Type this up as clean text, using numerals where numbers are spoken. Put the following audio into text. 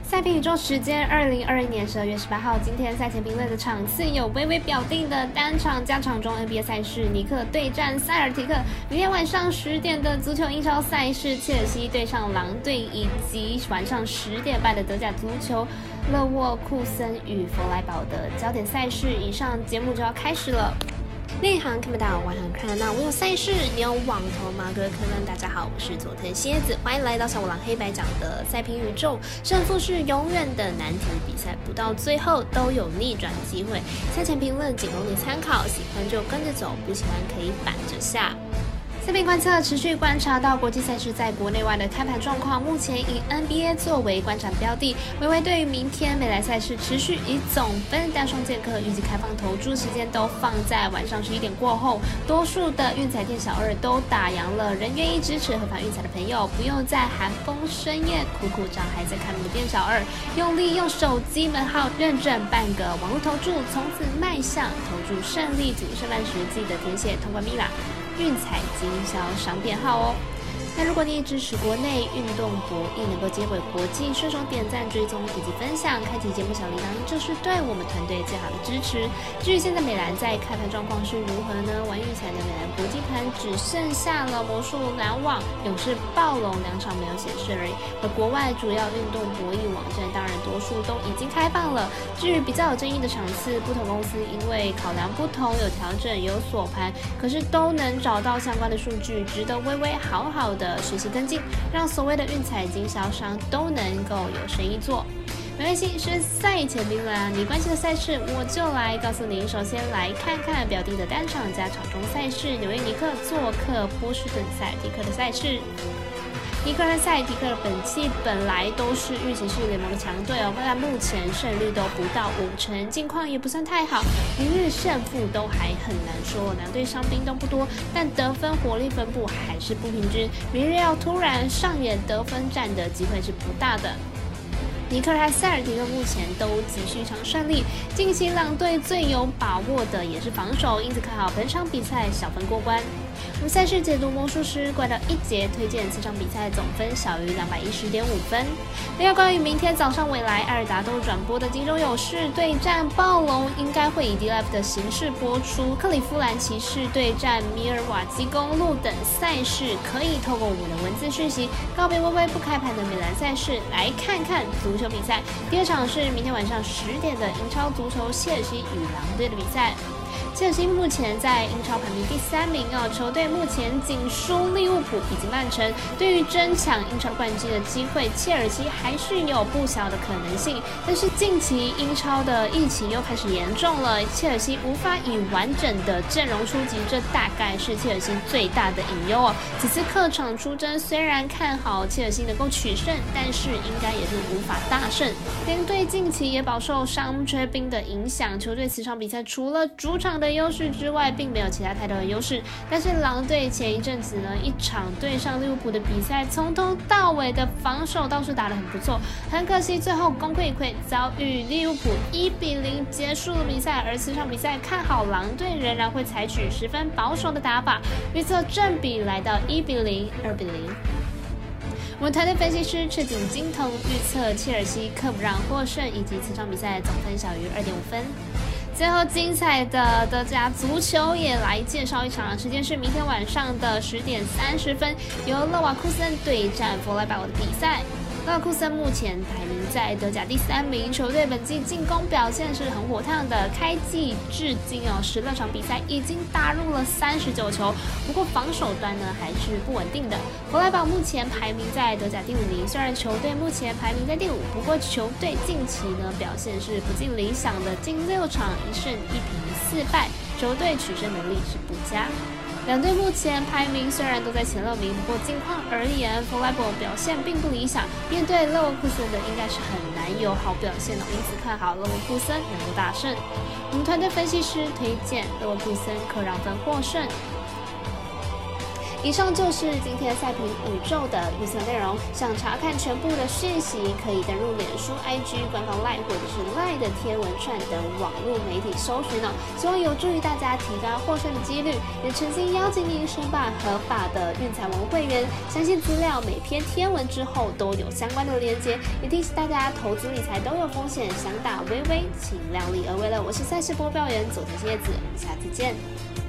赛评宇宙时间，2020年12月18号，今天赛前评论的场次有微微表定的单场加场中 NBA 赛事，尼克对战塞尔提克；明天晚上10点的足球英超赛事，切尔西对上狼队，以及晚上10点半的德甲足球，勒沃库森与弗莱堡的焦点赛事。以上节目就要开始了。内行看不到，外行看得到。我有赛事，你有网投吗？各位客们，大家好，我是佐藤蝎子，欢迎来到小五郎黑白讲的赛评宇宙。胜负是永远的难题，比赛不到最后都有逆转机会。赛前评论仅供你参考，喜欢就跟着走，不喜欢可以反着下。赛评观测持续观察到国际赛事在国内外的开盘状况，目前以 NBA 作为观察标的。微微对于明天未来赛事持续以总分单双剑客，预计开放投注时间都放在晚上11点过后。多数的运彩店小二都打烊了，仍愿意支持合法运彩的朋友，不用在寒风深夜苦苦找还在看门的店小二，用力用手机门号认证办个网络投注，从此迈向投注胜利组胜半时记得填写通关密码。运彩经销商编号哦。那如果你也支持国内运动博弈能够接轨国际，顺手点赞、追踪以及分享，开启节目小铃铛，就是对我们团队最好的支持。至于现在美兰在开盘状况是如何呢？玩运彩的美兰国际盘只剩下了魔术、篮网、勇士、暴龙2场没有显示而已。而国外主要运动博弈网站当然多数都已经开放了。至于比较有争议的场次，不同公司因为考量不同有调整有锁盘，可是都能找到相关的数据，值得微微好好的学习跟进，让所谓的运彩经销商都能够有生意做。没关系，是赛前评论啊，你关心的赛事我就来告诉您。首先来看看表定的单场加场中赛事，纽约尼克做客波士顿塞尔提克的赛事。尼克和塞尔提克本季本来都是预期是联盟的强队哦，但目前胜率都不到50%，近况也不算太好，明日胜负都还很难说。两队伤兵都不多，但得分火力分布还是不平均，明日要突然上演得分战的机会是不大的。尼克和塞尔提克目前都急需一场胜利，近期两队最有把握的也是防守，因此看好本场比赛小分过关。我们赛事解读魔术师怪盗一节推荐此场比赛总分小于210.5分。另外，关于明天早上未来艾尔达都转播的金州勇士对战暴龙，应该会以 DLive 的形式播出。克利夫兰骑士对战米尔瓦基公路等赛事，可以透过我们的文字讯息告别微微不开盘的美兰赛事，来看看足球比赛。第二场是明天晚上10点的英超足球切尔西与狼队的比赛。切尔西目前在英超排名第3名哦，球队目前仅输利物浦以及曼城。对于争抢英超冠军的机会，切尔西还是有不小的可能性。但是近期英超的疫情又开始严重了，切尔西无法以完整的阵容出击，这大概是切尔西最大的隐忧哦。此次客场出征，虽然看好切尔西能够取胜，但是应该也是无法大胜。两队近期也饱受伤缺兵的影响，球队此场比赛除了主场的优势之外，并没有其他太多的优势。但是狼队前一阵子呢，一场对上利物浦的比赛，从头到尾的防守倒是打得很不错，很可惜最后功亏一篑，遭遇利物浦1-0结束了比赛。而此场比赛看好狼队仍然会采取十分保守的打法，预测正比来到1-0、2-0。我们团队分析师赤井金童预测切尔西客不让获胜，以及此场比赛总分小于2.5分。最后精彩的德甲足球也来介绍一场，时间是明天晚上的10点30分，由勒瓦库森对战弗莱堡的比赛。勒瓦库森目前排名在德甲第3名，球队本季进攻表现是很火烫的，开季至今16场比赛已经打入了39球，不过防守端呢还是不稳定的。弗莱堡目前排名在德甲第5名，虽然球队目前排名在第5，不过球队近期呢表现是不尽理想的，近6场1胜1平4败，球队取胜能力是不佳。两队目前排名虽然都在前6名，不过近况而言，弗莱堡表现并不理想，面对勒沃库森的应该是很难有好表现的，因此看好勒沃库森能够大胜。我们团队分析师推荐勒沃库森客让分获胜。 以上就是今天赛评宇宙的预测内容。想查看全部的讯息，可以登入脸书、IG 官方 LINE 或者是 LINE 的天文串等网络媒体搜寻哦。希望有助于大家提高获胜的几率，也诚心邀请您申办合法的运彩网会员。详细资料每篇天文之后都有相关的连结，也提醒大家投资理财都有风险，想打微微请量力而为了。我是赛事播报员佐藤叶子，我们下次见。